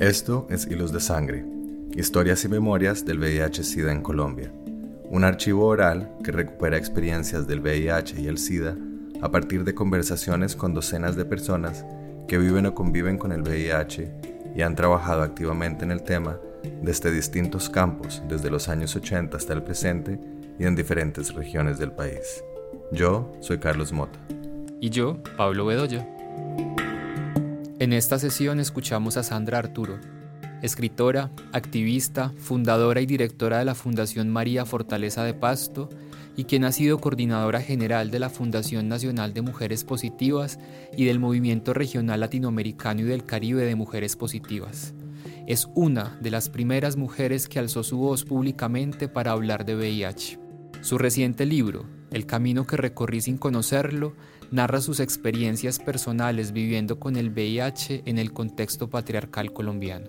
Esto es Hilos de Sangre, historias y memorias del VIH-Sida en Colombia. Un archivo oral que recupera experiencias del VIH y el SIDA a partir de conversaciones con docenas de personas que viven o conviven con el VIH y han trabajado activamente en el tema desde distintos campos, desde los años 80 hasta el presente y en diferentes regiones del país. Yo soy Carlos Mota. Y yo, Pablo Bedoya. En esta sesión escuchamos a Sandra Arturo, escritora, activista, fundadora y directora de la Fundación María Fortaleza de Pasto y quien ha sido coordinadora general de la Fundación Nacional de Mujeres Positivas y del Movimiento Regional Latinoamericano y del Caribe de Mujeres Positivas. Es una de las primeras mujeres que alzó su voz públicamente para hablar de VIH. Su reciente libro, El camino que recorrí sin conocerlo, narra sus experiencias personales viviendo con el VIH en el contexto patriarcal colombiano.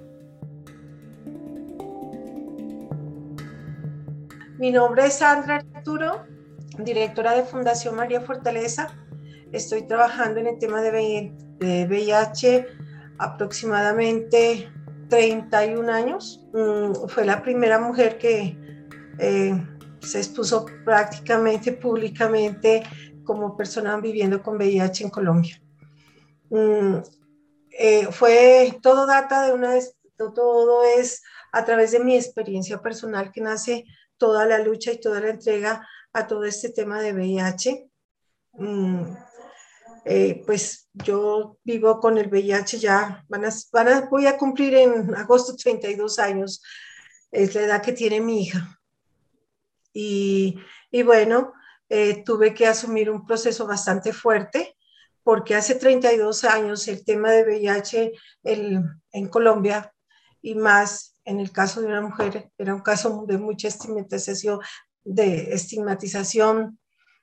Mi nombre es Sandra Arturo, directora de Fundación María Fortaleza. Estoy trabajando en el tema de VIH aproximadamente 31 años. Fue la primera mujer que se expuso prácticamente públicamente como persona viviendo con VIH en Colombia. Todo es a través de mi experiencia personal que nace toda la lucha y toda la entrega a todo este tema de VIH. Pues yo vivo con el VIH ya, voy a cumplir en agosto 32 años, es la edad que tiene mi hija. Y bueno, tuve que asumir un proceso bastante fuerte, porque hace 32 años el tema de VIH en Colombia, y más en el caso de una mujer, era un caso de mucha estigmatización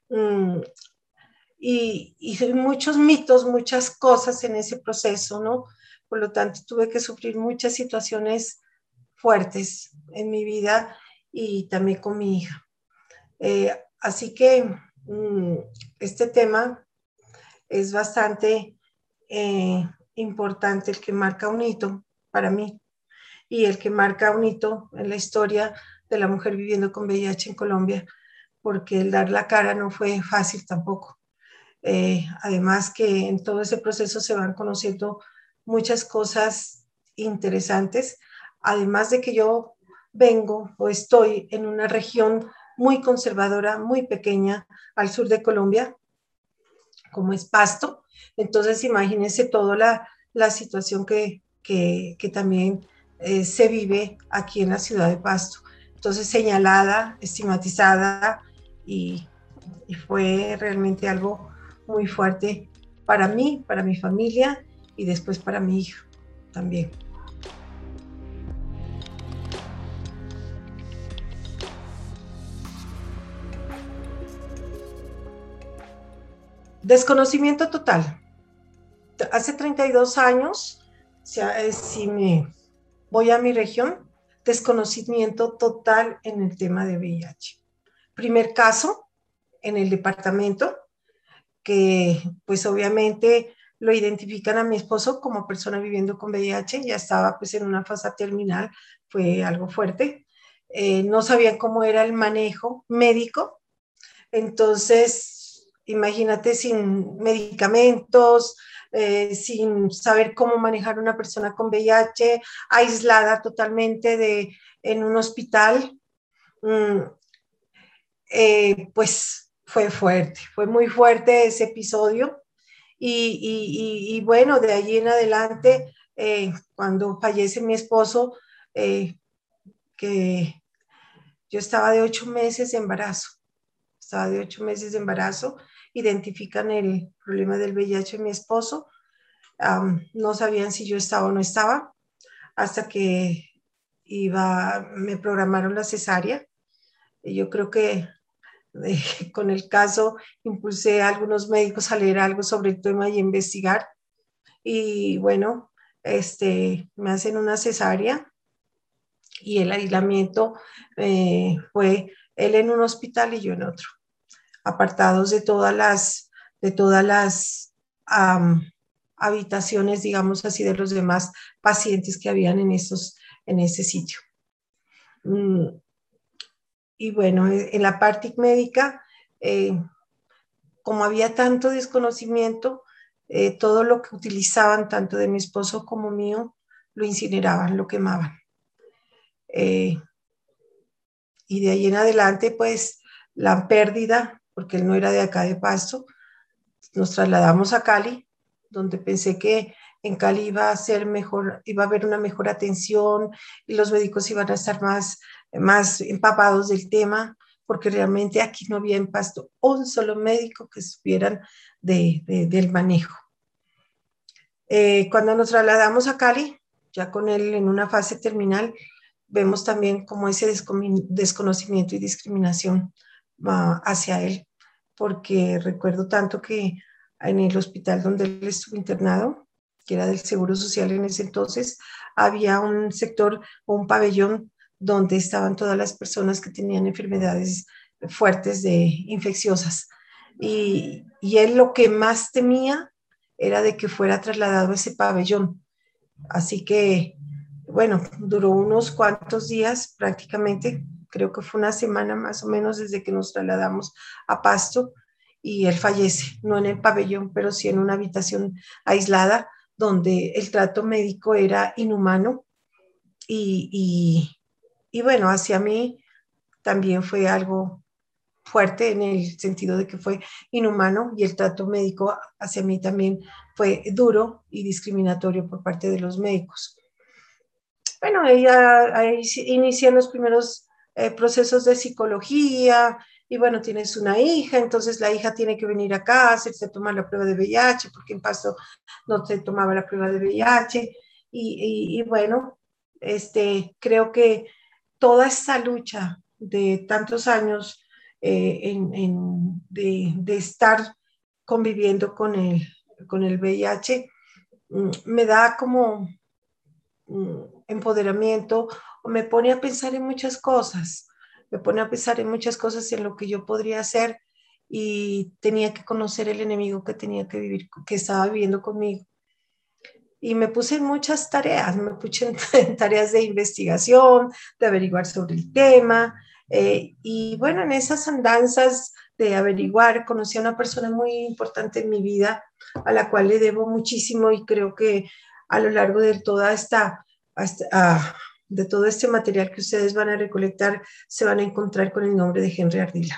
y muchos mitos, muchas cosas en ese proceso, ¿no? Por lo tanto, tuve que sufrir muchas situaciones fuertes en mi vida y también con mi hija. Así que este tema es bastante importante, el que marca un hito para mí y el que marca un hito en la historia de la mujer viviendo con VIH en Colombia, porque el dar la cara no fue fácil tampoco. Además que en todo ese proceso se van conociendo muchas cosas interesantes, además de que yo vengo o estoy en una región muy conservadora, muy pequeña, al sur de Colombia, como es Pasto. Entonces imagínense toda la situación que también se vive aquí en la ciudad de Pasto. Entonces señalada, estigmatizada y fue realmente algo muy fuerte para mí, para mi familia y después para mi hija también. Desconocimiento total. Hace 32 años, si me voy a mi región, desconocimiento total en el tema de VIH. Primer caso en el departamento, que pues obviamente lo identifican a mi esposo como persona viviendo con VIH, ya estaba pues en una fase terminal, fue algo fuerte. No sabían cómo era el manejo médico, entonces imagínate sin medicamentos, sin saber cómo manejar una persona con VIH, aislada totalmente en un hospital, pues fue fuerte, fue muy fuerte ese episodio. Y bueno, de allí en adelante, cuando fallece mi esposo, que yo estaba de 8 meses de embarazo, identifican el problema del VIH en mi esposo, no sabían si yo estaba o no estaba, hasta que me programaron la cesárea. Y yo creo que con el caso impulsé a algunos médicos a leer algo sobre el tema y investigar. Y bueno, me hacen una cesárea y el aislamiento fue él en un hospital y yo en otro, apartados de todas las habitaciones, digamos así, de los demás pacientes que habían en ese sitio. Y bueno, en la parte médica, como había tanto desconocimiento, todo lo que utilizaban, tanto de mi esposo como mío, lo incineraban, lo quemaban. Y de ahí en adelante, pues, la pérdida, porque él no era de acá de Pasto, nos trasladamos a Cali, donde pensé que en Cali iba a ser mejor, iba a haber una mejor atención y los médicos iban a estar más empapados del tema, porque realmente aquí no había en Pasto un solo médico que supieran del manejo. Cuando nos trasladamos a Cali, ya con él en una fase terminal, vemos también como ese desconocimiento y discriminación hacia él, porque recuerdo tanto que en el hospital donde él estuvo internado, que era del Seguro Social en ese entonces, había un sector o un pabellón donde estaban todas las personas que tenían enfermedades fuertes infecciosas. Y él lo que más temía era de que fuera trasladado a ese pabellón. Así que, bueno, duró unos cuantos días prácticamente, creo que fue una semana más o menos desde que nos trasladamos a Pasto, y él fallece, no en el pabellón, pero sí en una habitación aislada donde el trato médico era inhumano y bueno, hacia mí también fue algo fuerte en el sentido de que fue inhumano, y el trato médico hacia mí también fue duro y discriminatorio por parte de los médicos. Bueno, ella ahí inician los primeros procesos de psicología, y bueno, tienes una hija, entonces la hija tiene que venir acá a hacerse tomar la prueba de VIH, porque en Pasto no se tomaba la prueba de VIH, y bueno, creo que toda esta lucha de tantos años de estar conviviendo con el VIH me da como empoderamiento, o me pone a pensar en muchas cosas, me pone a pensar en muchas cosas en lo que yo podría hacer, y tenía que conocer el enemigo que tenía que vivir, que estaba viviendo conmigo. Y me puse en muchas tareas, me puse en tareas de investigación, de averiguar sobre el tema, y bueno, en esas andanzas de averiguar, conocí a una persona muy importante en mi vida, a la cual le debo muchísimo, y creo que a lo largo de de todo este material que ustedes van a recolectar, se van a encontrar con el nombre de Henry Ardila.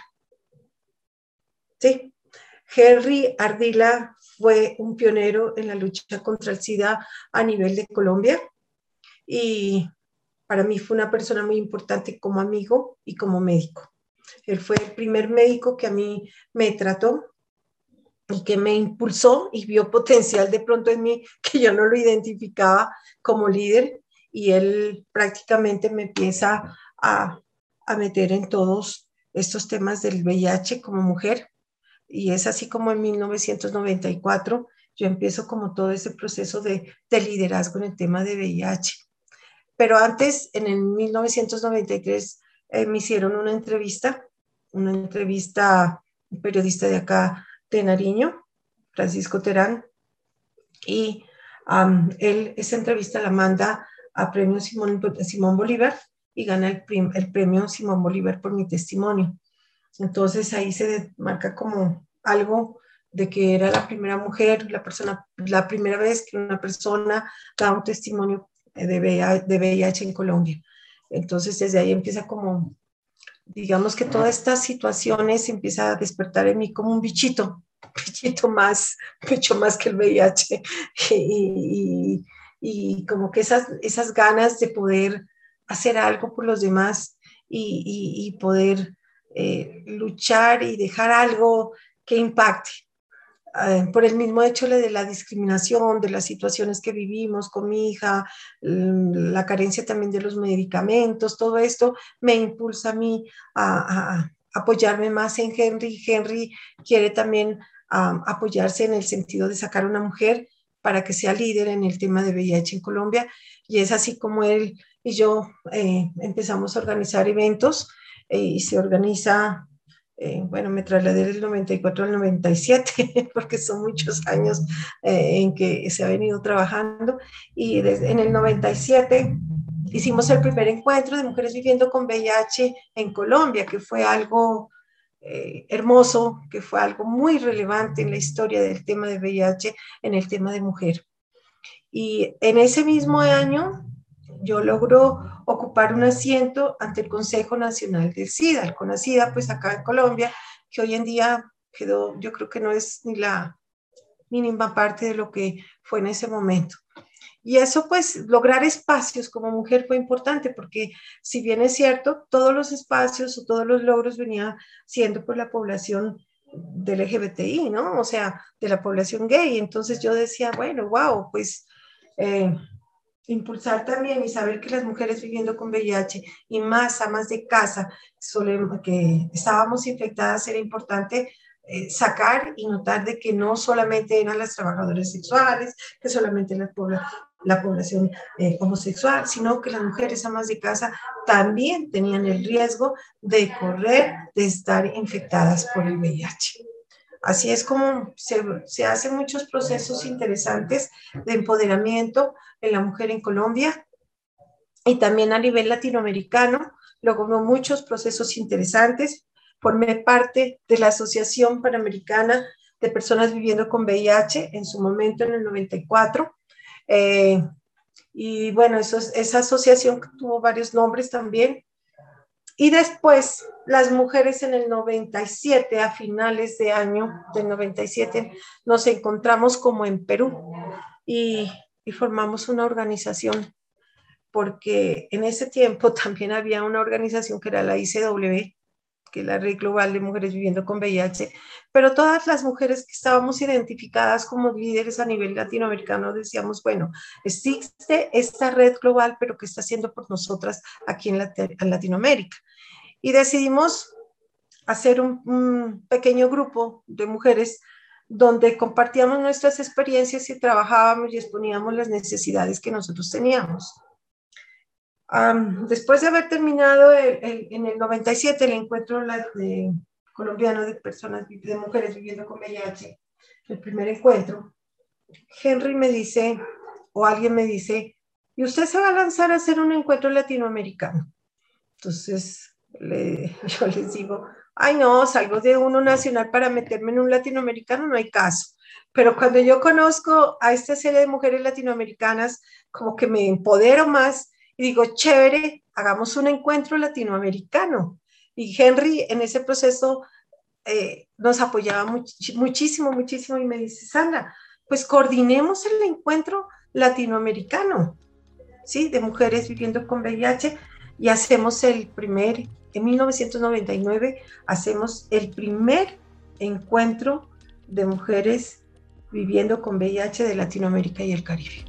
Sí, Henry Ardila fue un pionero en la lucha contra el SIDA a nivel de Colombia, y para mí fue una persona muy importante como amigo y como médico. Él fue el primer médico que a mí me trató y que me impulsó y vio potencial de pronto en mí que yo no lo identificaba como líder, y él prácticamente me empieza a meter en todos estos temas del VIH como mujer, y es así como en 1994 yo empiezo como todo ese proceso de liderazgo en el tema de VIH. Pero antes, en el 1993, me hicieron una entrevista, un periodista de acá de Nariño, Francisco Terán, y él esa entrevista la manda a Premio Simón Bolívar, y gana el Premio Simón Bolívar por mi testimonio. Entonces ahí se marca como algo de que era la primera mujer, la primera vez que una persona da un testimonio de VIH en Colombia. Entonces desde ahí empieza como, digamos que todas estas situaciones empieza a despertar en mí como un bichito más, mucho más que el VIH, y como que esas ganas de poder hacer algo por los demás, y poder luchar y dejar algo que impacte. Por el mismo hecho de la discriminación, de las situaciones que vivimos con mi hija, la carencia también de los medicamentos, todo esto me impulsa a mí a apoyarme más en Henry. Henry quiere también apoyarse en el sentido de sacar una mujer para que sea líder en el tema de VIH en Colombia, y es así como él y yo empezamos a organizar eventos, y se organiza bueno, me trasladé del 94 al 97, porque son muchos años en que se ha venido trabajando, y en el 97 hicimos el primer encuentro de mujeres viviendo con VIH en Colombia, que fue algo hermoso, que fue algo muy relevante en la historia del tema de VIH, en el tema de mujer. Y en ese mismo año yo logro ocupar un asiento ante el Consejo Nacional del SIDA, el CONASIDA, pues acá en Colombia, que hoy en día quedó, yo creo que no es ni la mínima parte de lo que fue en ese momento. Y eso, pues, lograr espacios como mujer fue importante, porque si bien es cierto, todos los espacios o todos los logros venían siendo por la población del LGBTI, ¿no? O sea, de la población gay. Entonces yo decía, bueno, wow, pues impulsar también y saber que las mujeres viviendo con VIH y más amas de casa que estábamos infectadas era importante sacar y notar de que no solamente eran las trabajadoras sexuales, que solamente la población homosexual, sino que las mujeres amas de casa también tenían el riesgo de correr, de estar infectadas por el VIH. Así es como se hacen muchos procesos interesantes de empoderamiento en la mujer en Colombia y también a nivel latinoamericano. Logró muchos procesos interesantes. Formé parte de la Asociación Panamericana de Personas Viviendo con VIH en su momento, en el 94. Y bueno, esa asociación tuvo varios nombres también. Y después, las mujeres en el 97, a finales de año del 97, nos encontramos como en Perú y formamos una organización, porque en ese tiempo también había una organización que era la ICW, que es la Red Global de Mujeres Viviendo con VIH, pero todas las mujeres que estábamos identificadas como líderes a nivel latinoamericano decíamos, bueno, existe esta red global, pero ¿qué está haciendo por nosotras aquí en Latinoamérica? Y decidimos hacer un pequeño grupo de mujeres donde compartíamos nuestras experiencias y trabajábamos y exponíamos las necesidades que nosotros teníamos. Después de haber terminado en el 97 el encuentro colombiano de personas, de mujeres viviendo con VIH, el primer encuentro, Henry me dice, o alguien me dice, ¿y usted se va a lanzar a hacer un encuentro latinoamericano? Entonces yo les digo, ay no, salgo de uno nacional para meterme en un latinoamericano, no hay caso. Pero cuando yo conozco a esta serie de mujeres latinoamericanas, como que me empodero más y digo, chévere, hagamos un encuentro latinoamericano. Y Henry en ese proceso nos apoyaba muchísimo, muchísimo y me dice, Sandra, pues coordinemos el encuentro latinoamericano, ¿sí? De mujeres viviendo con VIH y hacemos en 1999, hacemos el primer encuentro de mujeres viviendo con VIH de Latinoamérica y el Caribe.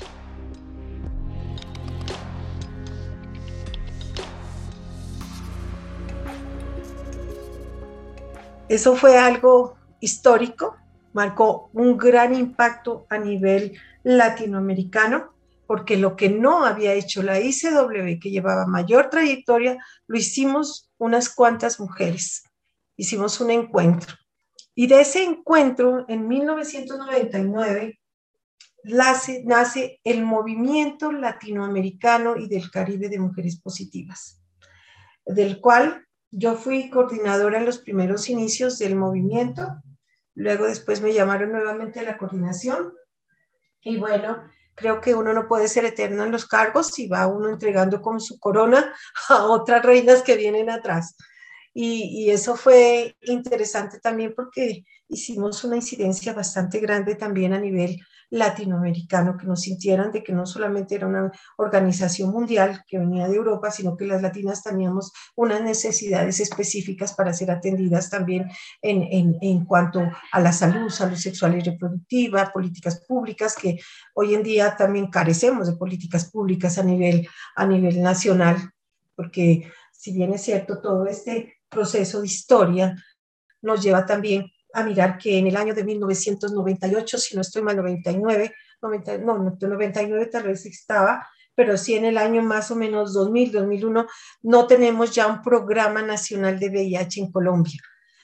Eso fue algo histórico, marcó un gran impacto a nivel latinoamericano, porque lo que no había hecho la ICW, que llevaba mayor trayectoria, lo hicimos unas cuantas mujeres. Hicimos un encuentro. Y de ese encuentro, en 1999, nace el Movimiento Latinoamericano y del Caribe de Mujeres Positivas, del cual yo fui coordinadora en los primeros inicios del movimiento. Luego después me llamaron nuevamente a la coordinación. Y bueno, creo que uno no puede ser eterno en los cargos y va uno entregando como su corona a otras reinas que vienen atrás. Y eso fue interesante también porque hicimos una incidencia bastante grande también a nivel latinoamericano, que nos sintieran de que no solamente era una organización mundial que venía de Europa, sino que las latinas teníamos unas necesidades específicas para ser atendidas también en cuanto a la salud sexual y reproductiva, políticas públicas, que hoy en día también carecemos de políticas públicas a nivel nacional, porque si bien es cierto, todo este proceso de historia nos lleva también a mirar que en el año de 1998, si no estoy mal, 99, 99 tal vez estaba, pero sí en el año más o menos 2000, 2001, no tenemos ya un programa nacional de VIH en Colombia.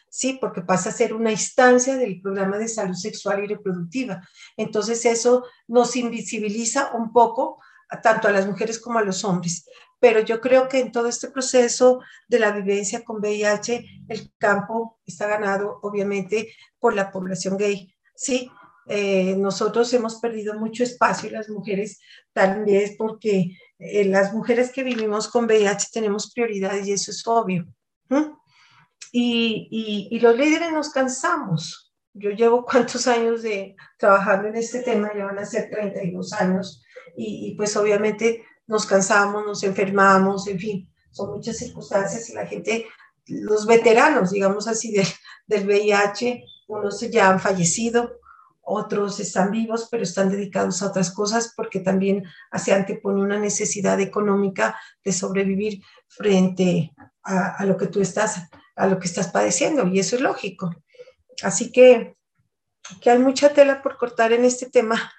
¿sí? Porque pasa a ser una instancia del programa de salud sexual y reproductiva. Entonces eso nos invisibiliza un poco tanto a las mujeres como a los hombres. Pero yo creo que en todo este proceso de la vivencia con VIH, el campo está ganado, obviamente, por la población gay, ¿sí? Nosotros hemos perdido mucho espacio, las mujeres, tal vez porque las mujeres que vivimos con VIH tenemos prioridades y eso es obvio. Y los líderes nos cansamos. Yo llevo cuántos años trabajando en este tema, ya van a ser 32 años, y pues obviamente nos cansamos, nos enfermamos, en fin, son muchas circunstancias y la gente, los veteranos, digamos así, del VIH, unos ya han fallecido, otros están vivos, pero están dedicados a otras cosas porque también se antepone una necesidad económica de sobrevivir frente a lo que tú estás, a lo que estás padeciendo, y eso es lógico. Así que hay mucha tela por cortar en este tema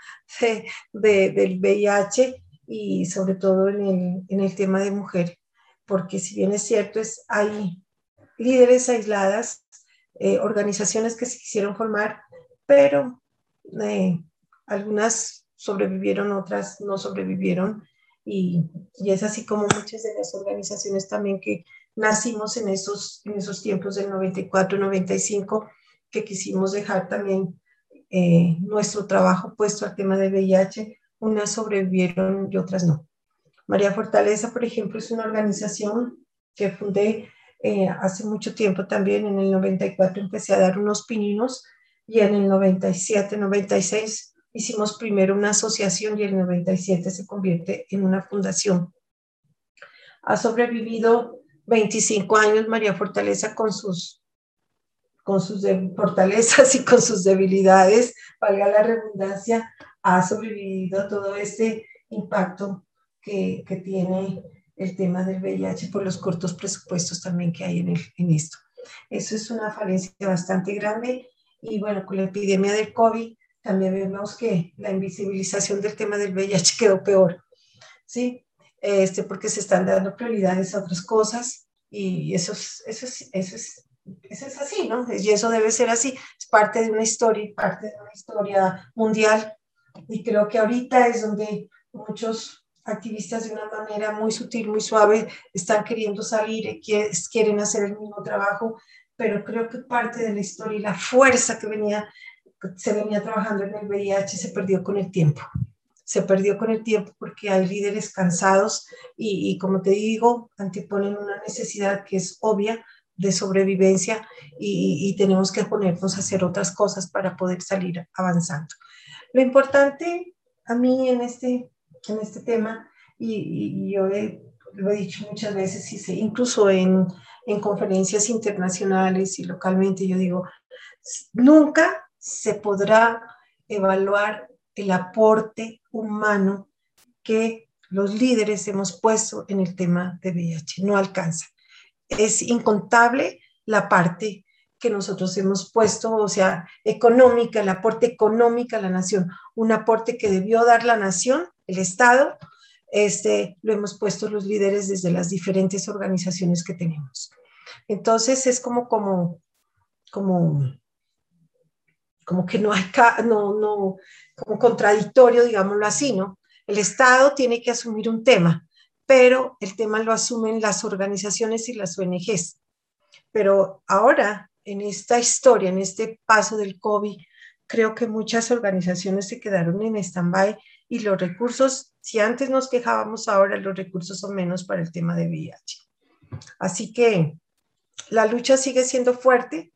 del VIH y sobre todo en el tema de mujer, porque si bien es cierto, hay líderes aisladas, organizaciones que se quisieron formar, pero algunas sobrevivieron, otras no sobrevivieron, y es así como muchas de las organizaciones también que nacimos en esos tiempos del 94, 95, que quisimos dejar también nuestro trabajo puesto al tema de VIH, unas sobrevivieron y otras no. María Fortaleza, por ejemplo, es una organización que fundé hace mucho tiempo también. En el 94 empecé a dar unos pininos y en el 97, 96 hicimos primero una asociación y en el 97 se convierte en una fundación. Ha sobrevivido 25 años María Fortaleza con sus fortalezas y con sus debilidades, valga la redundancia, ha sobrevivido todo este impacto que tiene el tema del VIH por los cortos presupuestos también que hay en esto. Eso es una falencia bastante grande y bueno, con la epidemia del COVID también vemos que la invisibilización del tema del VIH quedó peor, ¿sí? Porque se están dando prioridades a otras cosas y eso es así, ¿no? Y eso debe ser así, es parte de una historia, parte de una historia mundial, y creo que ahorita es donde muchos activistas de una manera muy sutil, muy suave, están queriendo salir, quieren hacer el mismo trabajo, pero creo que parte de la historia y la fuerza que se venía trabajando en el VIH se perdió con el tiempo. Se perdió con el tiempo porque hay líderes cansados y como te digo, anteponen una necesidad que es obvia de sobrevivencia y tenemos que ponernos a hacer otras cosas para poder salir avanzando. Lo importante a mí en este tema, y yo lo he dicho muchas veces, incluso en conferencias internacionales y localmente, yo digo, nunca se podrá evaluar el aporte humano que los líderes hemos puesto en el tema de VIH. No alcanza. Es incontable la parte que nosotros hemos puesto, o sea, económica, el aporte económico a la nación, un aporte que debió dar la nación, el Estado, lo hemos puesto los líderes desde las diferentes organizaciones que tenemos. Entonces es como que no hay, como contradictorio, digámoslo así, ¿no? El Estado tiene que asumir un tema, pero el tema lo asumen las organizaciones y las ONGs. Pero ahora, en esta historia, en este paso del COVID, creo que muchas organizaciones se quedaron en stand-by y los recursos, si antes nos quejábamos, ahora los recursos son menos para el tema de VIH. Así que la lucha sigue siendo fuerte.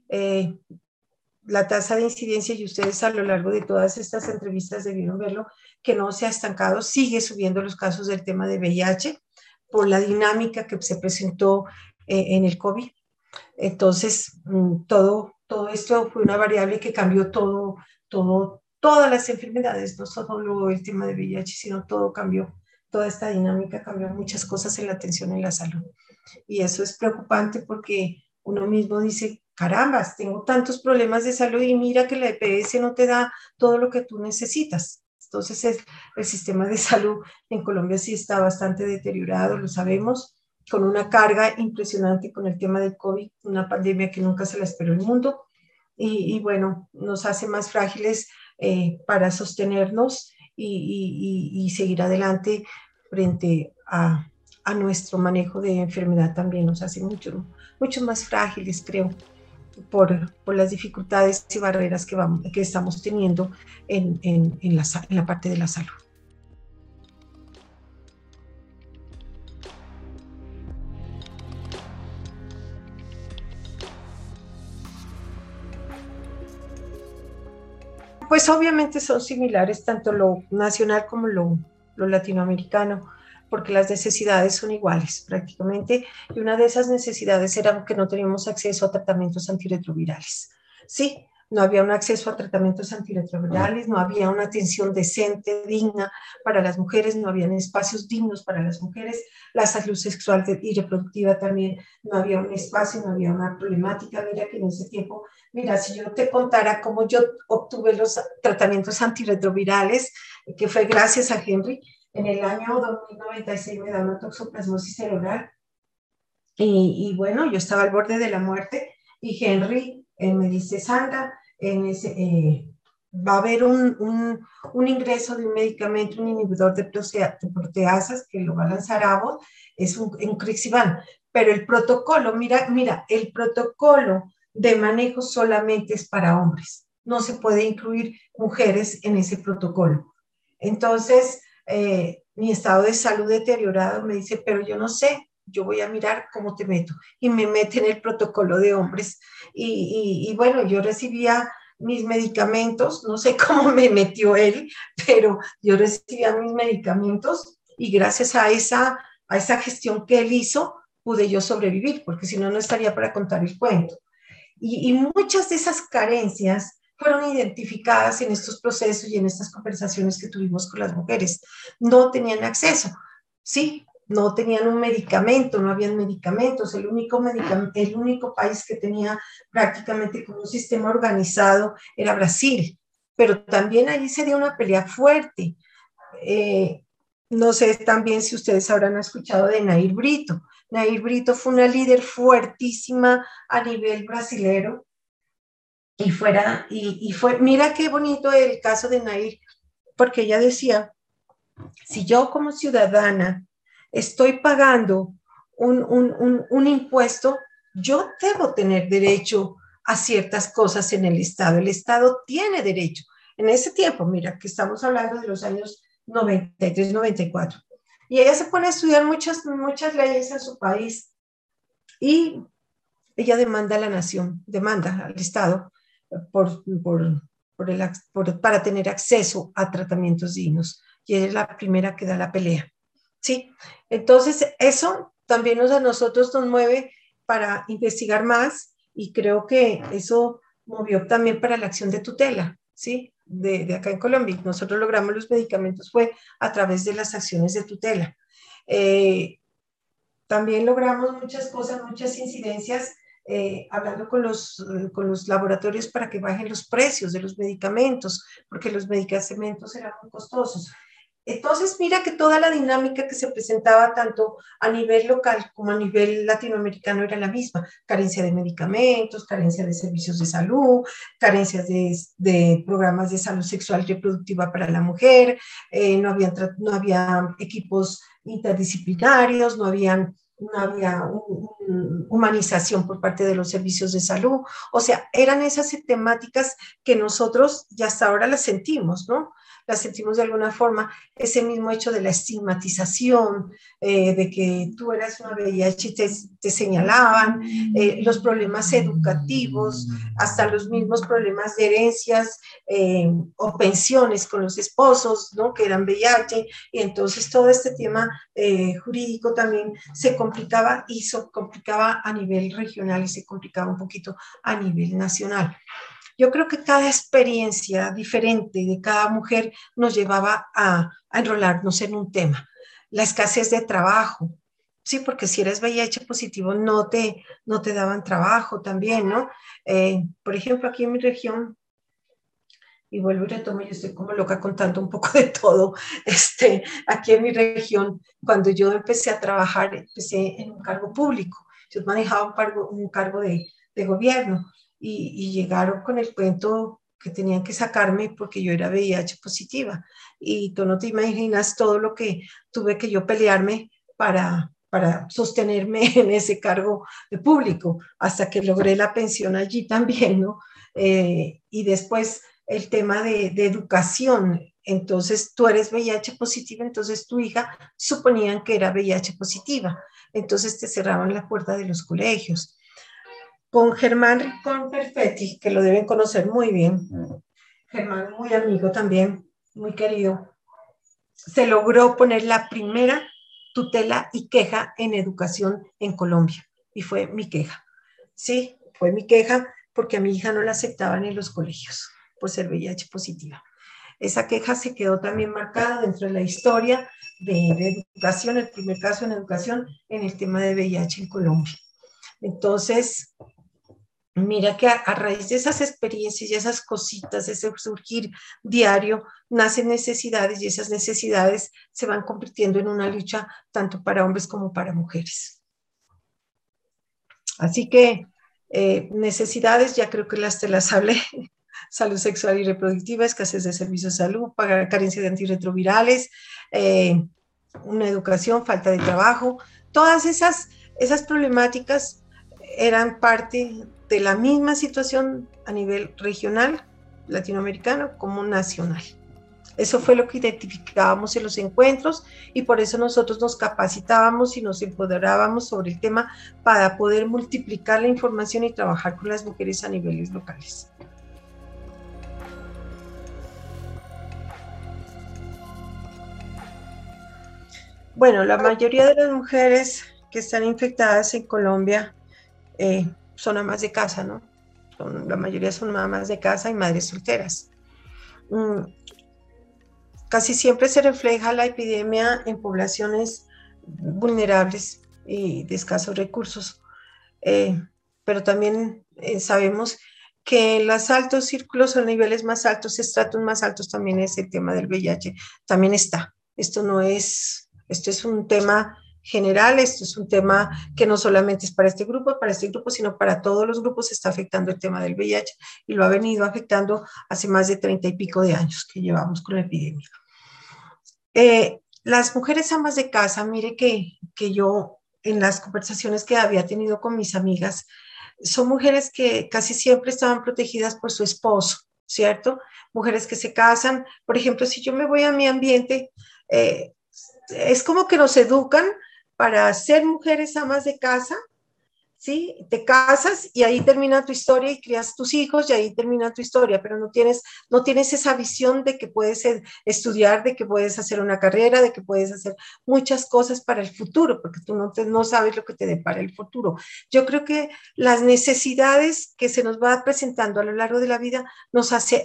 La tasa de incidencia, y ustedes a lo largo de todas estas entrevistas debieron verlo, que no se ha estancado, sigue subiendo los casos del tema de VIH por la dinámica que se presentó en el COVID. Entonces, todo esto fue una variable que cambió todas las enfermedades, no solo el tema de VIH, sino todo cambió, toda esta dinámica cambió muchas cosas en la atención en la salud. Y eso es preocupante porque uno mismo dice, carambas, tengo tantos problemas de salud y mira que la EPS no te da todo lo que tú necesitas. Entonces el sistema de salud en Colombia sí está bastante deteriorado, lo sabemos. con una carga impresionante con el tema del COVID, una pandemia que nunca se la esperó el mundo, y bueno, nos hace más frágiles para sostenernos y seguir adelante frente a nuestro manejo de enfermedad también, nos hace mucho, mucho más frágiles, creo, por las dificultades y barreras que estamos teniendo en la parte de la salud. Pues obviamente son similares tanto lo nacional como lo latinoamericano, porque las necesidades son iguales prácticamente, y una de esas necesidades era que no teníamos acceso a tratamientos antirretrovirales. Sí, no había un acceso a tratamientos antirretrovirales, no había una atención decente, digna para las mujeres, no habían espacios dignos para las mujeres, la salud sexual y reproductiva también, no había un espacio, no había una problemática. Mira que en ese tiempo, mira, si yo te contara cómo yo obtuve los tratamientos antirretrovirales, que fue gracias a Henry, en el año 2096 me da una toxoplasmosis cerebral y bueno, yo estaba al borde de la muerte y Henry me dice, Sandra, va a haber un ingreso de un medicamento, un inhibidor de proteasas que lo va a lanzar Abbott, es un Crixivan, pero el protocolo, mira, el protocolo de manejo solamente es para hombres, no se puede incluir mujeres en ese protocolo. Entonces, mi estado de salud deteriorado me dice, pero yo no sé, yo voy a mirar cómo te meto. Y me mete en el protocolo de hombres. Y bueno, yo recibía mis medicamentos, no sé cómo me metió él, pero yo recibía mis medicamentos y gracias a esa gestión que él hizo, pude yo sobrevivir, porque si no, no estaría para contar el cuento. Y muchas de esas carencias fueron identificadas en estos procesos y en estas conversaciones que tuvimos con las mujeres. No tenían acceso, ¿sí? No tenían un medicamento, no habían medicamentos. El único país que tenía prácticamente como un sistema organizado era Brasil, pero también allí se dio una pelea fuerte. No sé también si ustedes habrán escuchado de Nair Brito. Nair Brito fue una líder fuertísima a nivel brasilero y fue, mira qué bonito el caso de Nair, porque ella decía, si yo como ciudadana estoy pagando un impuesto, yo debo tener derecho a ciertas cosas en el Estado tiene derecho. En ese tiempo, mira, que estamos hablando de los años 93, 94. Y ella se pone a estudiar muchas leyes en su país y ella demanda a la nación, demanda al Estado para tener acceso a tratamientos dignos. Y ella es la primera que da la pelea. ¿Sí? Entonces, eso también a nosotros nos mueve para investigar más y creo que eso movió también para la acción de tutela, ¿sí? De acá en Colombia. Nosotros logramos los medicamentos fue a través de las acciones de tutela. También logramos muchas cosas, muchas incidencias, hablando con los laboratorios para que bajen los precios de los medicamentos, porque los medicamentos eran muy costosos. Entonces, mira que toda la dinámica que se presentaba tanto a nivel local como a nivel latinoamericano era la misma. Carencia de medicamentos, carencia de servicios de salud, carencias de programas de salud sexual y reproductiva para la mujer, no había equipos interdisciplinarios, no había humanización por parte de los servicios de salud. O sea, eran esas temáticas que nosotros ya hasta ahora las sentimos, ¿no? Las sentimos de alguna forma, ese mismo hecho de la estigmatización, de que tú eras una VIH y te señalaban, los problemas educativos, hasta los mismos problemas de herencias o pensiones con los esposos, ¿no? Que eran VIH, y entonces todo este tema jurídico también se complicaba y se complicaba a nivel regional y se complicaba un poquito a nivel nacional. Yo creo que cada experiencia diferente de cada mujer nos llevaba a enrolarnos en un tema. La escasez de trabajo, sí, porque si eres VIH positivo no te daban trabajo también, ¿no? Por ejemplo, aquí en mi región, y vuelvo y retomo, yo estoy como loca contando un poco de todo, aquí en mi región, cuando yo empecé a trabajar, empecé en un cargo público, yo manejaba un cargo de gobierno, y llegaron con el cuento que tenían que sacarme porque yo era VIH positiva, y tú no te imaginas todo lo que tuve que yo pelearme para sostenerme en ese cargo público, hasta que logré la pensión allí también, ¿no? Y después el tema de educación. Entonces tú eres VIH positiva, entonces tu hija suponían que era VIH positiva. Entonces te cerraban la puerta de los colegios. Con Germán Rincón Perfetti, que lo deben conocer muy bien, Germán muy amigo también, muy querido, se logró poner la primera tutela y queja en educación en Colombia. Y fue mi queja. Sí, fue mi queja porque a mi hija no la aceptaban en los colegios por ser VIH positiva. Esa queja se quedó también marcada dentro de la historia de educación, el primer caso en educación en el tema de VIH en Colombia. Entonces, mira que a raíz de esas experiencias y esas cositas, ese surgir diario, nacen necesidades y esas necesidades se van convirtiendo en una lucha tanto para hombres como para mujeres. Así que necesidades, ya creo que te las hablé: salud sexual y reproductiva, escasez de servicios de salud, carencia de antirretrovirales, una educación, falta de trabajo, todas esas problemáticas eran parte de la misma situación a nivel regional, latinoamericano, como nacional. Eso fue lo que identificábamos en los encuentros y por eso nosotros nos capacitábamos y nos empoderábamos sobre el tema para poder multiplicar la información y trabajar con las mujeres a niveles locales. Bueno, la mayoría de las mujeres que están infectadas en Colombia son amas de casa, ¿no? La mayoría son amas de casa y madres solteras. Casi siempre se refleja la epidemia en poblaciones vulnerables y de escasos recursos, pero también sabemos que en los altos círculos o niveles más altos, estratos más altos, también es el tema del VIH, también está. Esto es un tema general, esto es un tema que no solamente es para este grupo, sino para todos los grupos está afectando el tema del VIH y lo ha venido afectando hace más de 30 y pico de años que llevamos con la epidemia. Las mujeres amas de casa, mire que yo en las conversaciones que había tenido con mis amigas, son mujeres que casi siempre estaban protegidas por su esposo, ¿cierto? Mujeres que se casan, por ejemplo, si yo me voy a mi ambiente, es como que nos educan para ser mujeres amas de casa, ¿sí? Te casas y ahí termina tu historia y crías tus hijos y ahí termina tu historia, pero no tienes esa visión de que puedes estudiar, de que puedes hacer una carrera, de que puedes hacer muchas cosas para el futuro, porque tú no sabes lo que te depara el futuro. Yo creo que las necesidades que se nos va presentando a lo largo de la vida nos hace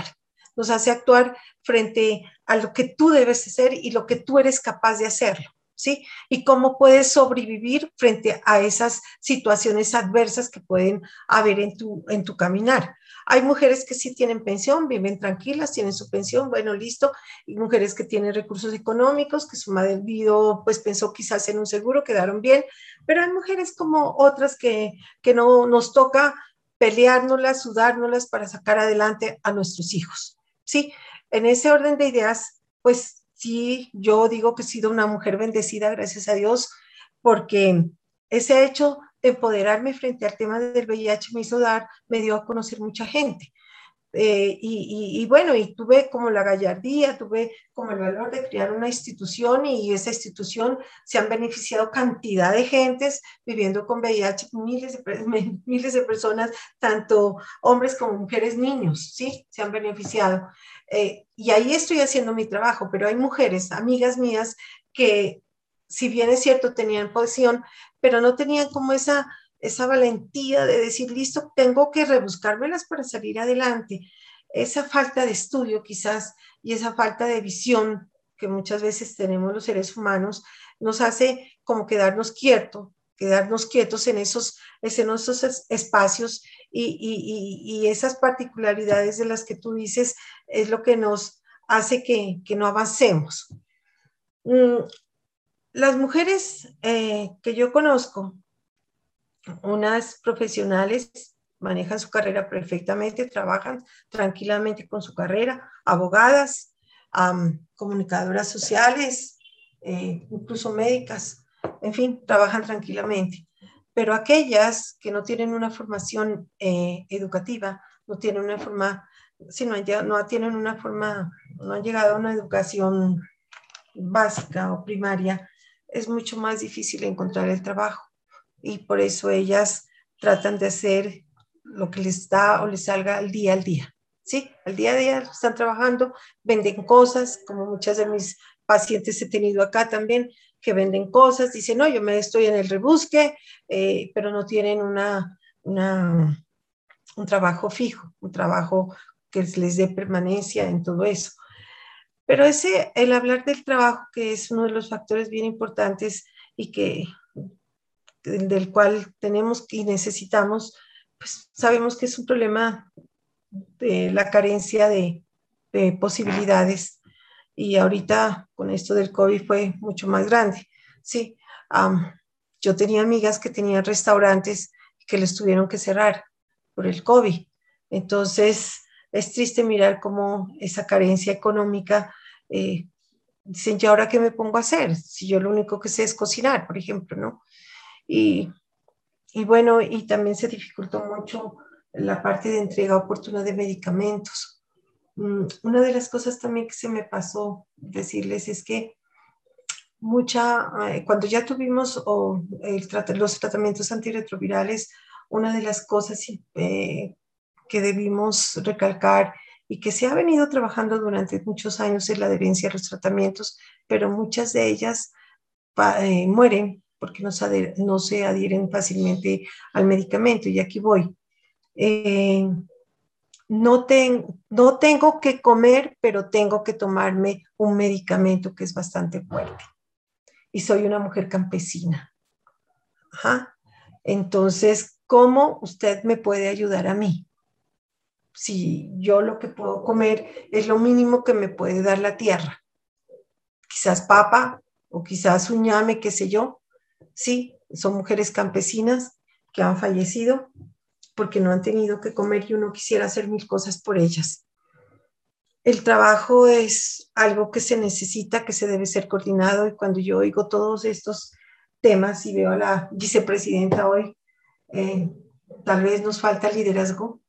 actuar frente a lo que tú debes hacer y lo que tú eres capaz de hacerlo. ¿Sí? Y cómo puedes sobrevivir frente a esas situaciones adversas que pueden haber en tu caminar. Hay mujeres que sí tienen pensión, viven tranquilas, tienen su pensión, bueno, listo. Y mujeres que tienen recursos económicos, que su marido pues pensó quizás en un seguro, quedaron bien. Pero hay mujeres como otras que no nos toca peleárnoslas, sudárnoslas para sacar adelante a nuestros hijos. ¿Sí? En ese orden de ideas, pues sí, yo digo que he sido una mujer bendecida, gracias a Dios, porque ese hecho de empoderarme frente al tema del VIH me dio a conocer mucha gente. Bueno, y tuve como la gallardía, tuve como el valor de crear una institución y esa institución se han beneficiado cantidad de gentes viviendo con VIH, miles de personas, tanto hombres como mujeres, niños, ¿sí? Se han beneficiado. Y ahí estoy haciendo mi trabajo, pero hay mujeres, amigas mías, que si bien es cierto tenían posición, pero no tenían como esa valentía de decir, listo, tengo que rebuscármelas para salir adelante. Esa falta de estudio quizás y esa falta de visión que muchas veces tenemos los seres humanos nos hace como quedarnos quietos quedarnos quietos en esos espacios y esas particularidades de las que tú dices es lo que nos hace que no avancemos. Las mujeres que yo conozco, unas profesionales, manejan su carrera perfectamente, trabajan tranquilamente con su carrera, abogadas, comunicadoras sociales, incluso médicas, en fin, trabajan tranquilamente. Pero aquellas que no tienen una formación educativa, no tienen una forma, si no tienen una forma, no han llegado a una educación básica o primaria, es mucho más difícil encontrar el trabajo. Y por eso ellas tratan de hacer lo que les da o les salga al día, ¿sí? Al día a día están trabajando, venden cosas, como muchas de mis pacientes he tenido acá también, que venden cosas, dicen, no, yo me estoy en el rebusque, pero no tienen un trabajo fijo, un trabajo que les dé permanencia en todo eso. Pero el hablar del trabajo, que es uno de los factores bien importantes y del cual tenemos y necesitamos, pues sabemos que es un problema de la carencia de posibilidades, y ahorita con esto del COVID fue mucho más grande, ¿sí? Yo tenía amigas que tenían restaurantes que les tuvieron que cerrar por el COVID, entonces es triste mirar cómo esa carencia económica, dicen, ¿y ahora qué me pongo a hacer? Si yo lo único que sé es cocinar, por ejemplo, ¿no? Y, y bueno, y también se dificultó mucho la parte de entrega oportuna de medicamentos. Una de las cosas también que se me pasó decirles es que cuando ya tuvimos los tratamientos antirretrovirales, una de las cosas que debimos recalcar y que se ha venido trabajando durante muchos años es la adherencia a los tratamientos, pero muchas de ellas mueren porque no se adhieren fácilmente al medicamento. Y aquí voy. No tengo que comer, pero tengo que tomarme un medicamento que es bastante fuerte. Y soy una mujer campesina. Ajá. Entonces, ¿cómo usted me puede ayudar a mí? Si yo lo que puedo comer es lo mínimo que me puede dar la tierra. Quizás papa o quizás un ñame, qué sé yo. Sí, son mujeres campesinas que han fallecido porque no han tenido que comer y uno quisiera hacer mil cosas por ellas. El trabajo es algo que se necesita, que se debe ser coordinado, y cuando yo oigo todos estos temas y veo a la vicepresidenta hoy, tal vez nos falta liderazgo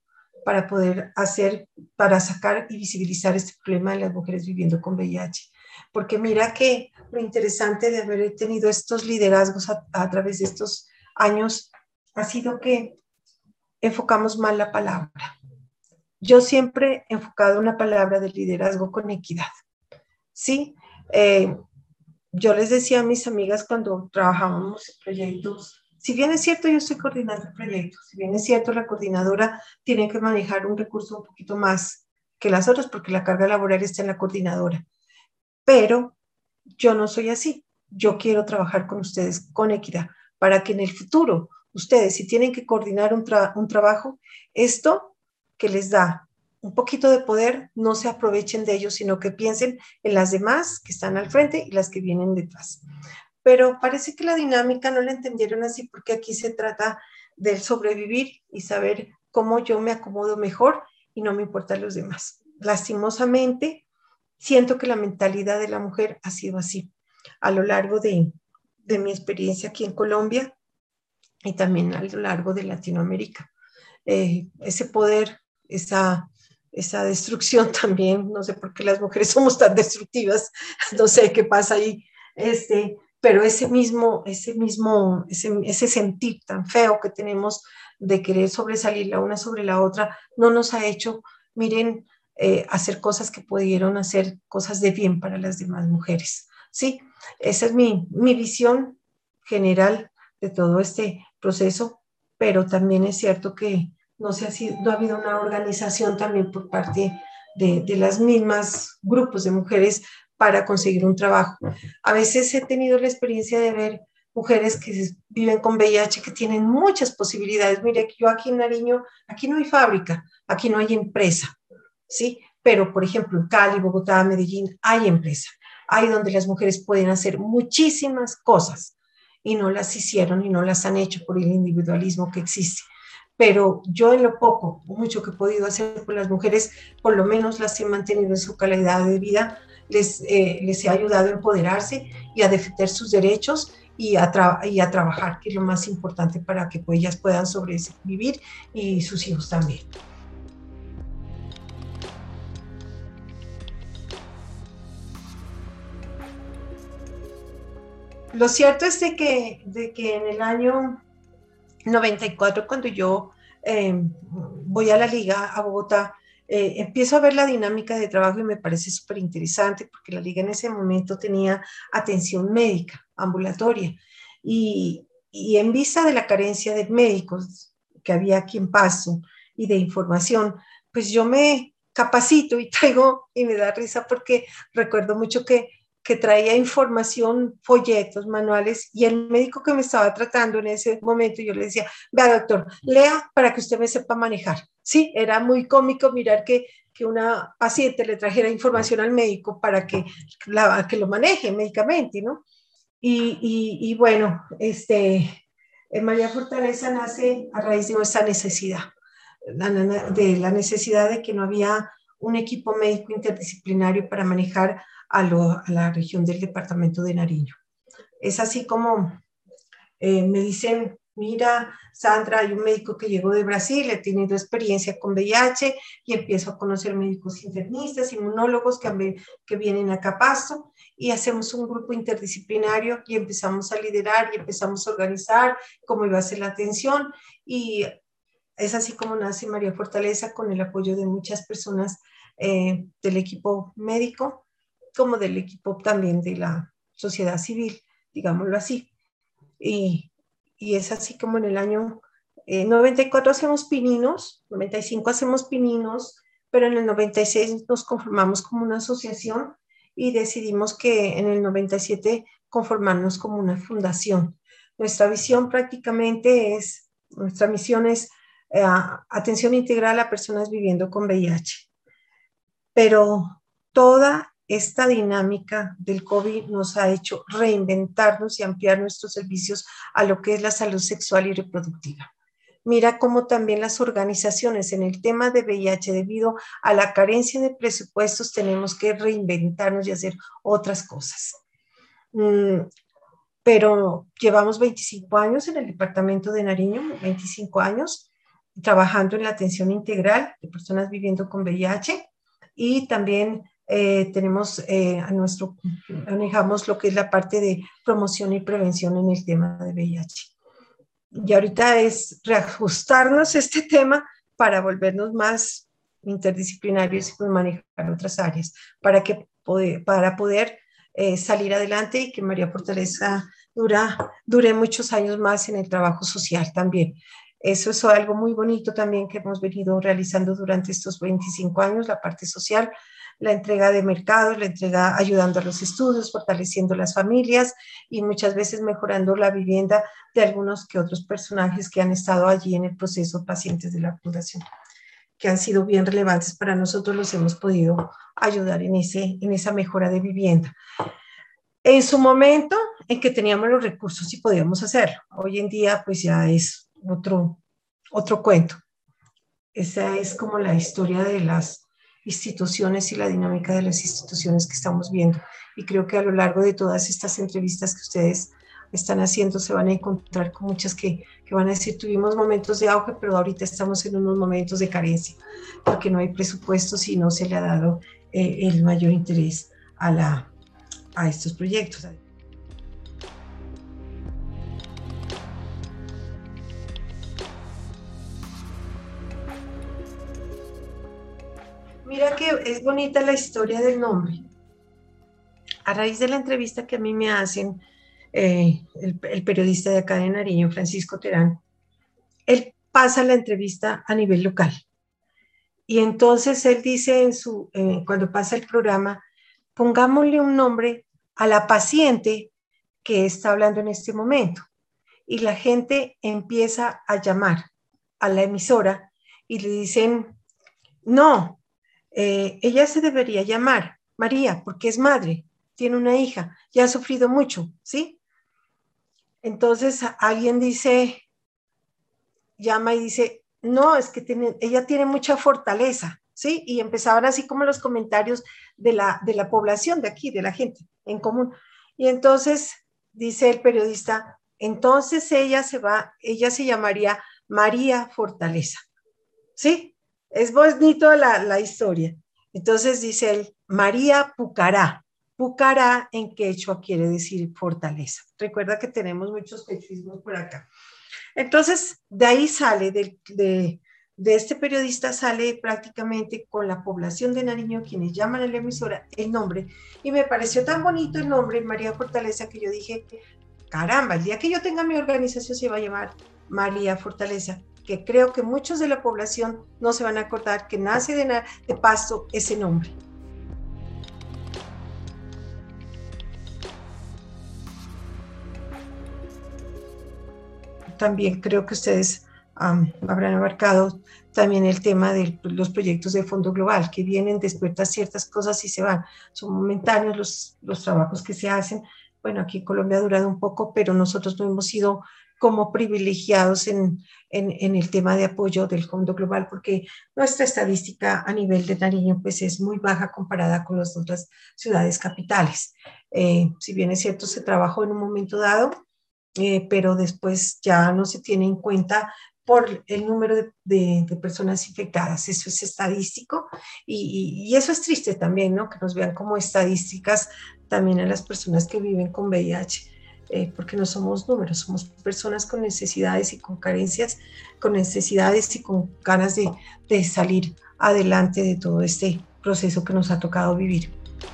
para sacar y visibilizar este problema de las mujeres viviendo con VIH. Porque mira que lo interesante de haber tenido estos liderazgos a través de estos años ha sido que enfocamos mal la palabra. Yo siempre he enfocado una palabra de liderazgo con equidad. Sí, yo les decía a mis amigas cuando trabajábamos en proyectos, si bien es cierto yo estoy coordinando el proyecto, si bien es cierto la coordinadora tiene que manejar un recurso un poquito más que las otras porque la carga laboral está en la coordinadora, pero yo no soy así. Yo quiero trabajar con ustedes con equidad para que en el futuro ustedes, si tienen que coordinar un trabajo, esto que les da un poquito de poder, no se aprovechen de ellos, sino que piensen en las demás que están al frente y las que vienen detrás. Pero parece que la dinámica no la entendieron así, porque aquí se trata del sobrevivir y saber cómo yo me acomodo mejor y no me importan los demás. Lastimosamente, siento que la mentalidad de la mujer ha sido así a lo largo de mi experiencia aquí en Colombia y también a lo largo de Latinoamérica. Ese poder, esa destrucción también, no sé por qué las mujeres somos tan destructivas, no sé qué pasa ahí, pero ese sentir tan feo que tenemos de querer sobresalir la una sobre la otra, no nos ha hecho, miren, hacer cosas que pudieron hacer cosas de bien para las demás mujeres. Sí, esa es mi visión general de todo este proceso, pero también es cierto que no ha habido una organización también por parte de las mismas grupos de mujeres para conseguir un trabajo. A veces he tenido la experiencia de ver mujeres que viven con VIH, que tienen muchas posibilidades. Mire, yo aquí en Nariño, aquí no hay fábrica, aquí no hay empresa, ¿sí? Pero, por ejemplo, en Cali, Bogotá, Medellín, hay empresa. Hay donde las mujeres pueden hacer muchísimas cosas y no las hicieron y no las han hecho por el individualismo que existe. Pero yo en lo poco, mucho que he podido hacer por las mujeres, por lo menos las he mantenido en su calidad de vida, les he ayudado a empoderarse y a defender sus derechos y a trabajar, que es lo más importante para que pues, ellas puedan sobrevivir y sus hijos también. Lo cierto es de que en el año 94, cuando yo voy a la liga a Bogotá, empiezo a ver la dinámica de trabajo y me parece súper interesante porque la liga en ese momento tenía atención médica ambulatoria y en vista de la carencia de médicos que había aquí en Pasto y de información, pues yo me capacito y traigo, y me da risa porque recuerdo mucho que traía información, folletos, manuales, y el médico que me estaba tratando en ese momento, yo le decía, vea doctor, lea para que usted me sepa manejar. Sí, era muy cómico mirar que una paciente le trajera información al médico para que lo maneje médicamente, ¿no? Y bueno, María Fortaleza nace a raíz de esa necesidad, de la necesidad de que no había un equipo médico interdisciplinario para manejar a la región del departamento de Nariño. Es así como me dicen, mira, Sandra, hay un médico que llegó de Brasil, he tenido experiencia con VIH y empiezo a conocer médicos internistas, inmunólogos que vienen acá a Pasto y hacemos un grupo interdisciplinario y empezamos a liderar y empezamos a organizar cómo iba a ser la atención y es así como nace María Fortaleza con el apoyo de muchas personas del equipo médico, como del equipo también de la sociedad civil, digámoslo así. Y, y es así como en el año 94 hacemos pininos, 95 hacemos pininos, pero en el 96 nos conformamos como una asociación y decidimos que en el 97 conformarnos como una fundación. Nuestra visión prácticamente es, nuestra misión es atención integral a personas viviendo con VIH. Pero toda esta dinámica del COVID nos ha hecho reinventarnos y ampliar nuestros servicios a lo que es la salud sexual y reproductiva. Mira cómo también las organizaciones en el tema de VIH, debido a la carencia de presupuestos, tenemos que reinventarnos y hacer otras cosas. Pero llevamos 25 años en el departamento de Nariño, 25 años, trabajando en la atención integral de personas viviendo con VIH y también manejamos lo que es la parte de promoción y prevención en el tema de VIH. Y ahorita es reajustarnos este tema para volvernos más interdisciplinarios y manejar otras áreas, para poder salir adelante y que María Fortaleza dure muchos años más en el trabajo social también. Eso es algo muy bonito también que hemos venido realizando durante estos 25 años, la parte social, la entrega de mercados, la entrega ayudando a los estudios, fortaleciendo las familias y muchas veces mejorando la vivienda de algunos que otros personajes que han estado allí en el proceso, pacientes de la fundación, que han sido bien relevantes para nosotros, los hemos podido ayudar en esa mejora de vivienda. En su momento en que teníamos los recursos y podíamos hacerlo. Hoy en día pues ya es otro cuento. Esa es como la historia de las instituciones y la dinámica de las instituciones que estamos viendo. Y creo que a lo largo de todas estas entrevistas que ustedes están haciendo se van a encontrar con muchas que van a decir, tuvimos momentos de auge, pero ahorita estamos en unos momentos de carencia, porque no hay presupuestos y no se le ha dado el mayor interés a estos proyectos. Mira que es bonita la historia del nombre. A raíz de la entrevista que a mí me hacen el periodista de acá de Nariño, Francisco Terán, él pasa la entrevista a nivel local. Y entonces él dice cuando pasa el programa, pongámosle un nombre a la paciente que está hablando en este momento. Y la gente empieza a llamar a la emisora y le dicen, no, ella se debería llamar María porque es madre, tiene una hija, ya ha sufrido mucho, ¿sí? Entonces alguien dice, llama y dice, no, es que ella tiene mucha fortaleza, ¿sí? Y empezaban así como los comentarios de la población de aquí, de la gente en común. Y entonces dice el periodista, entonces ella se llamaría María Fortaleza, ¿sí? Es bonito la historia. Entonces dice él, María Pucará. Pucará en quechua quiere decir fortaleza. Recuerda que tenemos muchos quechuismos por acá. Entonces, de ahí sale, de este periodista sale prácticamente con la población de Nariño, quienes llaman a la emisora, el nombre. Y me pareció tan bonito el nombre, María Fortaleza, que yo dije, caramba, el día que yo tenga mi organización se va a llamar María Fortaleza, que creo que muchos de la población no se van a acordar que nace de Pasto ese nombre. También creo que ustedes habrán abarcado también el tema de los proyectos de Fondo Global, que vienen, despiertan ciertas cosas y se van. Son momentáneos los trabajos que se hacen. Bueno, aquí en Colombia ha durado un poco, pero nosotros no hemos sido como privilegiados en el tema de apoyo del Fondo Global, porque nuestra estadística a nivel de Nariño pues es muy baja comparada con las otras ciudades capitales. Si bien es cierto, se trabajó en un momento dado, pero después ya no se tiene en cuenta por el número de personas infectadas. Eso es estadístico y eso es triste también, ¿no? Que nos vean como estadísticas también a las personas que viven con VIH. Porque no somos números, somos personas con necesidades y con carencias, con necesidades y con ganas de salir adelante de todo este proceso que nos ha tocado vivir.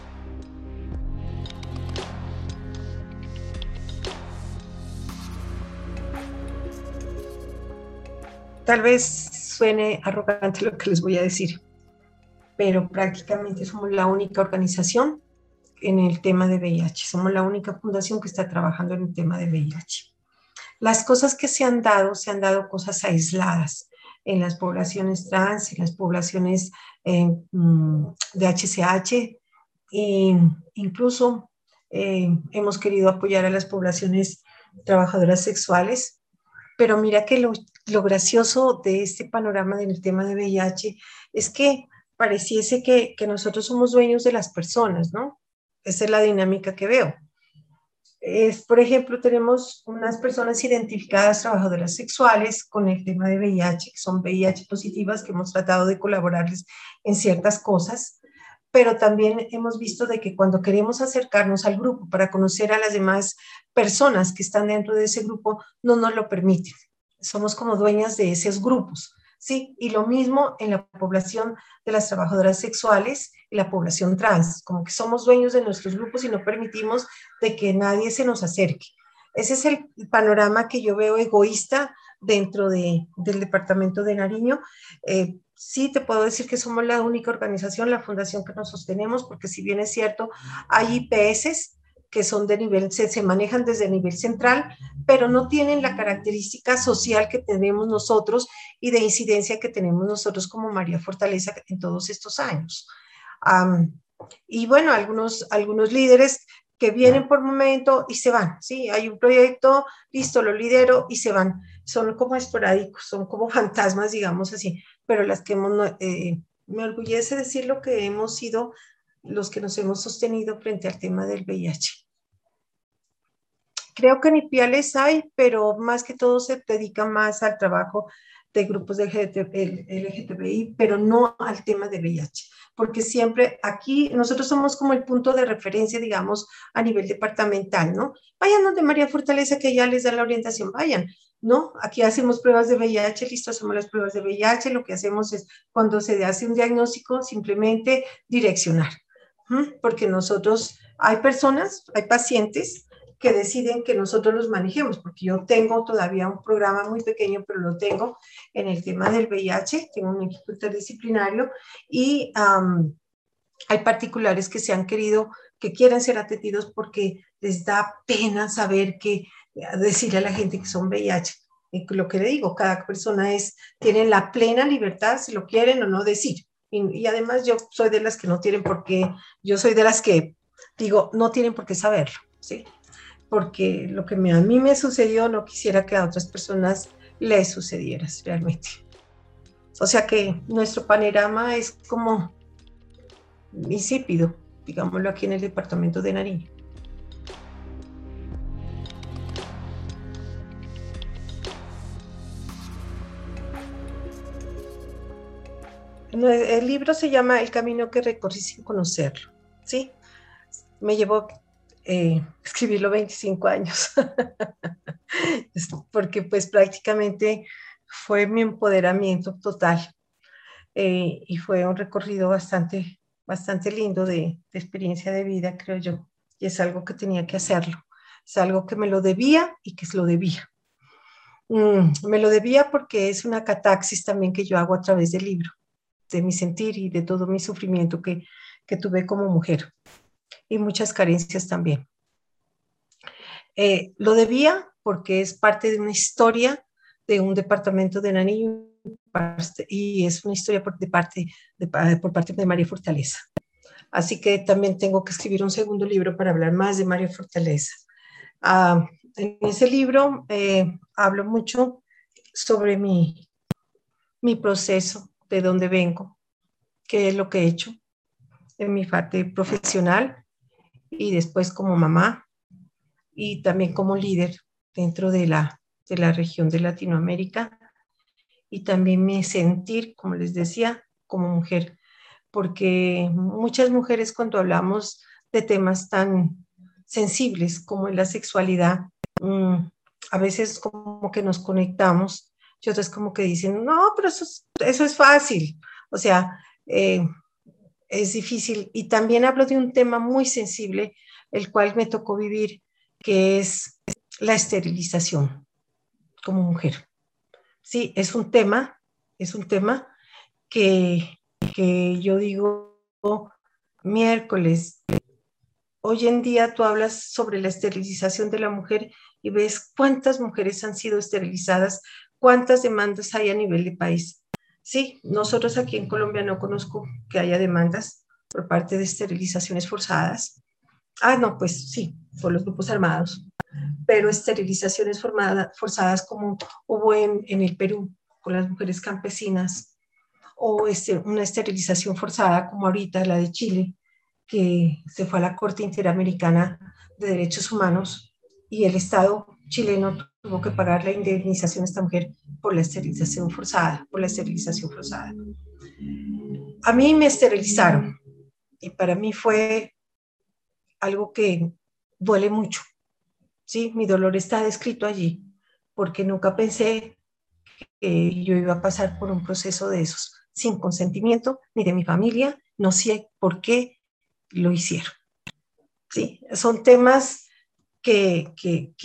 Tal vez suene arrogante lo que les voy a decir, pero prácticamente somos la única organización en el tema de VIH, somos la única fundación que está trabajando en el tema de VIH. Las cosas que se han dado cosas aisladas en las poblaciones trans, en las poblaciones de HCH, e incluso hemos querido apoyar a las poblaciones trabajadoras sexuales, pero mira que lo gracioso de este panorama del tema de VIH es que pareciese que nosotros somos dueños de las personas, ¿no? Esa es la dinámica que veo. Por ejemplo, tenemos unas personas identificadas trabajadoras sexuales con el tema de VIH, que son VIH positivas, que hemos tratado de colaborarles en ciertas cosas, pero también hemos visto de que cuando queremos acercarnos al grupo para conocer a las demás personas que están dentro de ese grupo, no nos lo permiten. Somos como dueñas de esos grupos, ¿sí? Y lo mismo en la población de las trabajadoras sexuales y la población trans, como que somos dueños de nuestros grupos y no permitimos de que nadie se nos acerque. Ese es el panorama que yo veo egoísta dentro del departamento de Nariño. Sí te puedo decir que somos la única organización, la fundación que nos sostenemos, porque si bien es cierto, hay IPS que son de nivel, se manejan desde el nivel central, pero no tienen la característica social que tenemos nosotros y de incidencia que tenemos nosotros como María Fortaleza en todos estos años. Y bueno, algunos líderes que vienen por momento y se van, ¿sí? Hay un proyecto, listo, lo lidero y se van. Son como esporádicos, son como fantasmas, digamos así, pero las que me orgullece decir lo que hemos sido los que nos hemos sostenido frente al tema del VIH. Creo que en IPIALES hay, pero más que todo se dedica más al trabajo de grupos de LGTBI, pero no al tema de VIH, porque siempre aquí nosotros somos como el punto de referencia, digamos, a nivel departamental, ¿no? Vayan donde María Fortaleza, que ya les da la orientación, vayan, ¿no? Aquí hacemos pruebas de VIH, listo, hacemos las pruebas de VIH, lo que hacemos es, cuando se hace un diagnóstico, simplemente direccionar, porque nosotros, hay personas, hay pacientes que deciden que nosotros los manejemos, porque yo tengo todavía un programa muy pequeño, pero lo tengo en el tema del VIH, tengo un equipo interdisciplinario y hay particulares que se han querido que quieren ser atendidos porque les da pena saber que decirle a la gente que son VIH. Lo que le digo, cada persona tiene la plena libertad si lo quieren o no decir. Y además yo soy de las que no tienen por qué, yo soy de las que digo, no tienen por qué saberlo, ¿sí? Porque lo que a mí me sucedió no quisiera que a otras personas les sucediera realmente. O sea que nuestro panorama es como insípido, digámoslo aquí en el departamento de Nariño. El libro se llama El camino que recorrí sin conocerlo, ¿sí? Me llevó escribirlo 25 años, porque pues prácticamente fue mi empoderamiento total y fue un recorrido bastante lindo de experiencia de vida, creo yo, y es algo que tenía que hacerlo, es algo que me lo debía y que se lo debía. Me lo debía porque es una catarsis también que yo hago a través del libro, de mi sentir y de todo mi sufrimiento que tuve como mujer y muchas carencias también. Lo debía porque es parte de una historia de un departamento de Nariño y es una historia por parte de María Fortaleza. Así que también tengo que escribir un segundo libro para hablar más de María Fortaleza. En ese libro hablo mucho sobre mi proceso, de dónde vengo, qué es lo que he hecho en mi parte profesional y después como mamá y también como líder dentro de la región de Latinoamérica y también mi sentir, como les decía, como mujer, porque muchas mujeres cuando hablamos de temas tan sensibles como es la sexualidad, a veces como que nos conectamos y otras como que dicen, no, pero eso es fácil, o sea, es difícil. Y también hablo de un tema muy sensible, el cual me tocó vivir, que es la esterilización como mujer. Sí, es un tema que yo digo, miércoles, hoy en día tú hablas sobre la esterilización de la mujer y ves cuántas mujeres han sido esterilizadas, cuántas demandas hay a nivel de país. Sí, nosotros aquí en Colombia no conozco que haya demandas por parte de esterilizaciones forzadas. No, pues sí, por los grupos armados, pero esterilizaciones forzadas como hubo en el Perú con las mujeres campesinas, o una esterilización forzada como ahorita la de Chile, que se fue a la Corte Interamericana de Derechos Humanos y el Estado chileno tuvo que pagar la indemnización a esta mujer por la esterilización forzada, A mí me esterilizaron y para mí fue algo que duele mucho, ¿sí? Mi dolor está descrito allí porque nunca pensé que yo iba a pasar por un proceso de esos sin consentimiento ni de mi familia, no sé por qué lo hicieron. Sí, son temas que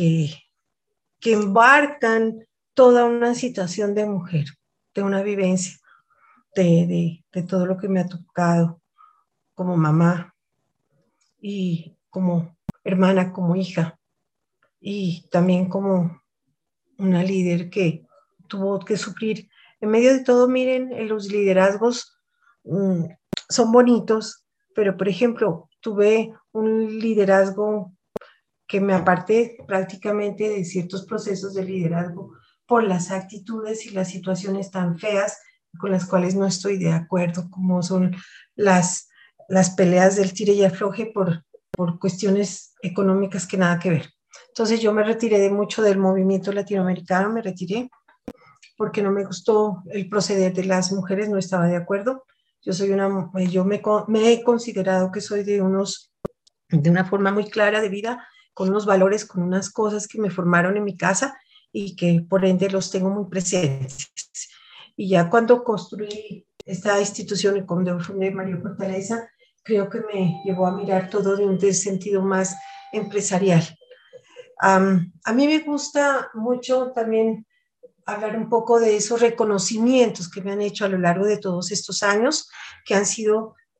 embarcan toda una situación de mujer, de una vivencia, de todo lo que me ha tocado como mamá y como hermana, como hija y también como una líder que tuvo que sufrir. En medio de todo, miren, los liderazgos son bonitos, pero por ejemplo, tuve un liderazgo que me aparté prácticamente de ciertos procesos de liderazgo por las actitudes y las situaciones tan feas con las cuales no estoy de acuerdo, como son las peleas del tire y afloje por cuestiones económicas que nada que ver. Entonces yo me retiré de mucho del movimiento latinoamericano, me retiré porque no me gustó el proceder de las mujeres, no estaba de acuerdo. Yo me he considerado que soy de una forma muy clara de vida, con unos valores, con unas cosas que me formaron en mi casa y que por ende los tengo muy presentes. Y ya cuando construí esta institución y cuando fundé María Fortaleza, creo que me llevó a mirar todo de un sentido más empresarial. A mí me gusta mucho también hablar un poco de esos reconocimientos que me han hecho a lo largo de todos estos años, que han sido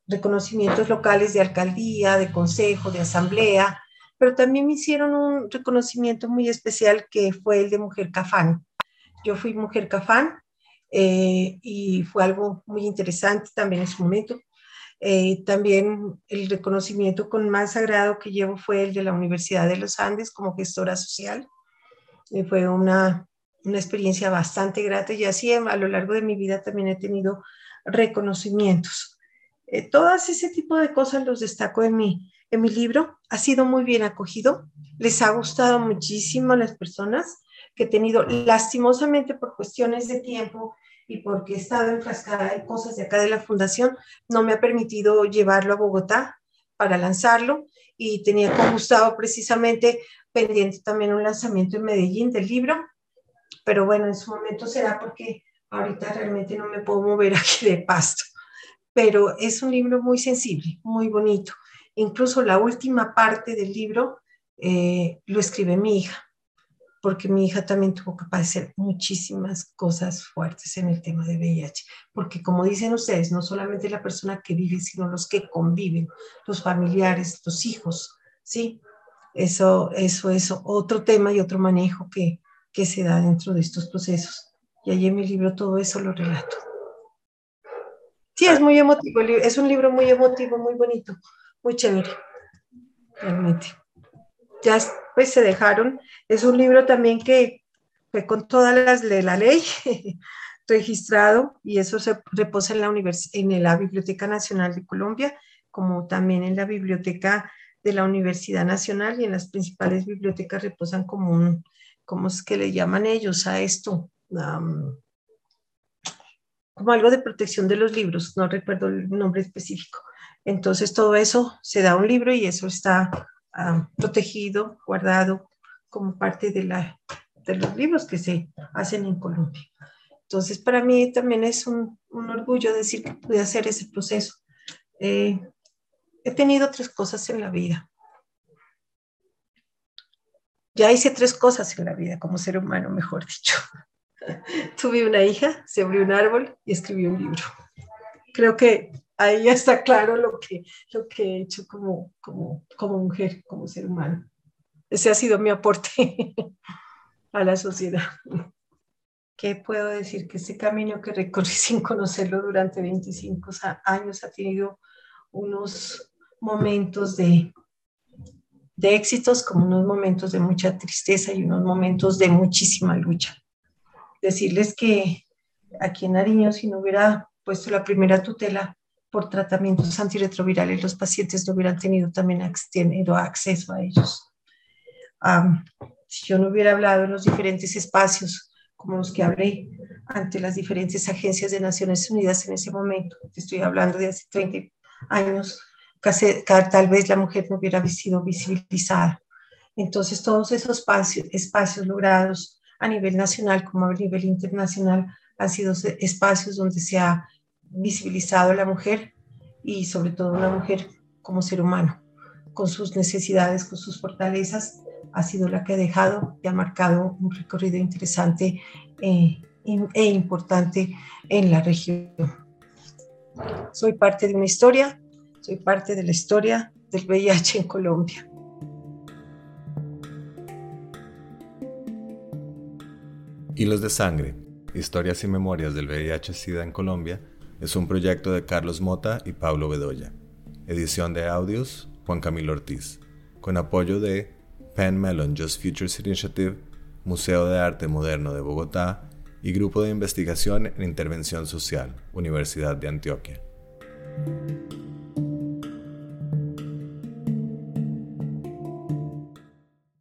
reconocimientos locales de alcaldía, de consejo, de asamblea, pero también me hicieron un reconocimiento muy especial que fue el de Mujer Cafán. Yo fui Mujer Cafán y fue algo muy interesante también en su momento. También el reconocimiento con más agrado que llevo fue el de la Universidad de los Andes como gestora social. Fue una experiencia bastante grata y así a lo largo de mi vida también he tenido reconocimientos. Todas ese tipo de cosas los destaco en mi libro. Ha sido muy bien acogido. Les ha gustado muchísimo a las personas que he tenido, lastimosamente por cuestiones de tiempo y porque he estado enfrascada en cosas de acá de la fundación, no me ha permitido llevarlo a Bogotá para lanzarlo y tenía con Gustavo precisamente pendiente también un lanzamiento en Medellín del libro, pero bueno, en su momento será porque ahorita realmente no me puedo mover aquí de Pasto, pero es un libro muy sensible, muy bonito. Incluso la última parte del libro lo escribe mi hija, porque mi hija también tuvo que padecer muchísimas cosas fuertes en el tema de VIH, porque como dicen ustedes, no solamente la persona que vive, sino los que conviven, los familiares, los hijos, ¿sí? Eso es otro tema y otro manejo que se da dentro de estos procesos. Y ahí en mi libro todo eso lo relato. Sí, es muy emotivo, es un libro muy emotivo, muy bonito, muy chévere, realmente. Ya pues se dejaron, es un libro también que fue con todas las de la ley registrado y eso se reposa en la Biblioteca Nacional de Colombia, como también en la Biblioteca de la Universidad Nacional y en las principales bibliotecas reposan como ¿cómo es que le llaman ellos a esto? Como algo de protección de los libros, no recuerdo el nombre específico. Entonces todo eso se da un libro y eso está protegido, guardado como parte de los libros que se hacen en Colombia. Entonces para mí también es un orgullo decir que pude hacer ese proceso. He tenido 3 cosas en la vida. Ya hice 3 cosas en la vida como ser humano, mejor dicho. Tuve una hija, sembré un árbol y escribí un libro. Creo que ahí ya está claro lo que he hecho como mujer, como ser humano. Ese ha sido mi aporte a la sociedad. ¿Qué puedo decir? Que este camino que recorrí sin conocerlo durante 25 años ha tenido unos momentos de éxitos, como unos momentos de mucha tristeza y unos momentos de muchísima lucha. Decirles que aquí en Nariño, si no hubiera puesto la primera tutela por tratamientos antirretrovirales, los pacientes no hubieran tenido también acceso a ellos. Si yo no hubiera hablado en los diferentes espacios, como los que hablé ante las diferentes agencias de Naciones Unidas en ese momento, te estoy hablando de hace 30 años, tal vez la mujer no hubiera sido visibilizada. Entonces, todos esos espacios logrados a nivel nacional como a nivel internacional han sido espacios donde se ha visibilizado a la mujer y sobre todo una mujer como ser humano, con sus necesidades, con sus fortalezas, ha sido la que ha dejado y ha marcado un recorrido interesante e importante en la región. Soy parte de una historia, soy parte de la historia del VIH en Colombia. Hilos de Sangre, historias y memorias del VIH-Sida en Colombia, es un proyecto de Carlos Mota y Pablo Bedoya. Edición de audios, Juan Camilo Ortiz. Con apoyo de Penn Mellon Just Futures Initiative, Museo de Arte Moderno de Bogotá y Grupo de Investigación en Intervención Social, Universidad de Antioquia.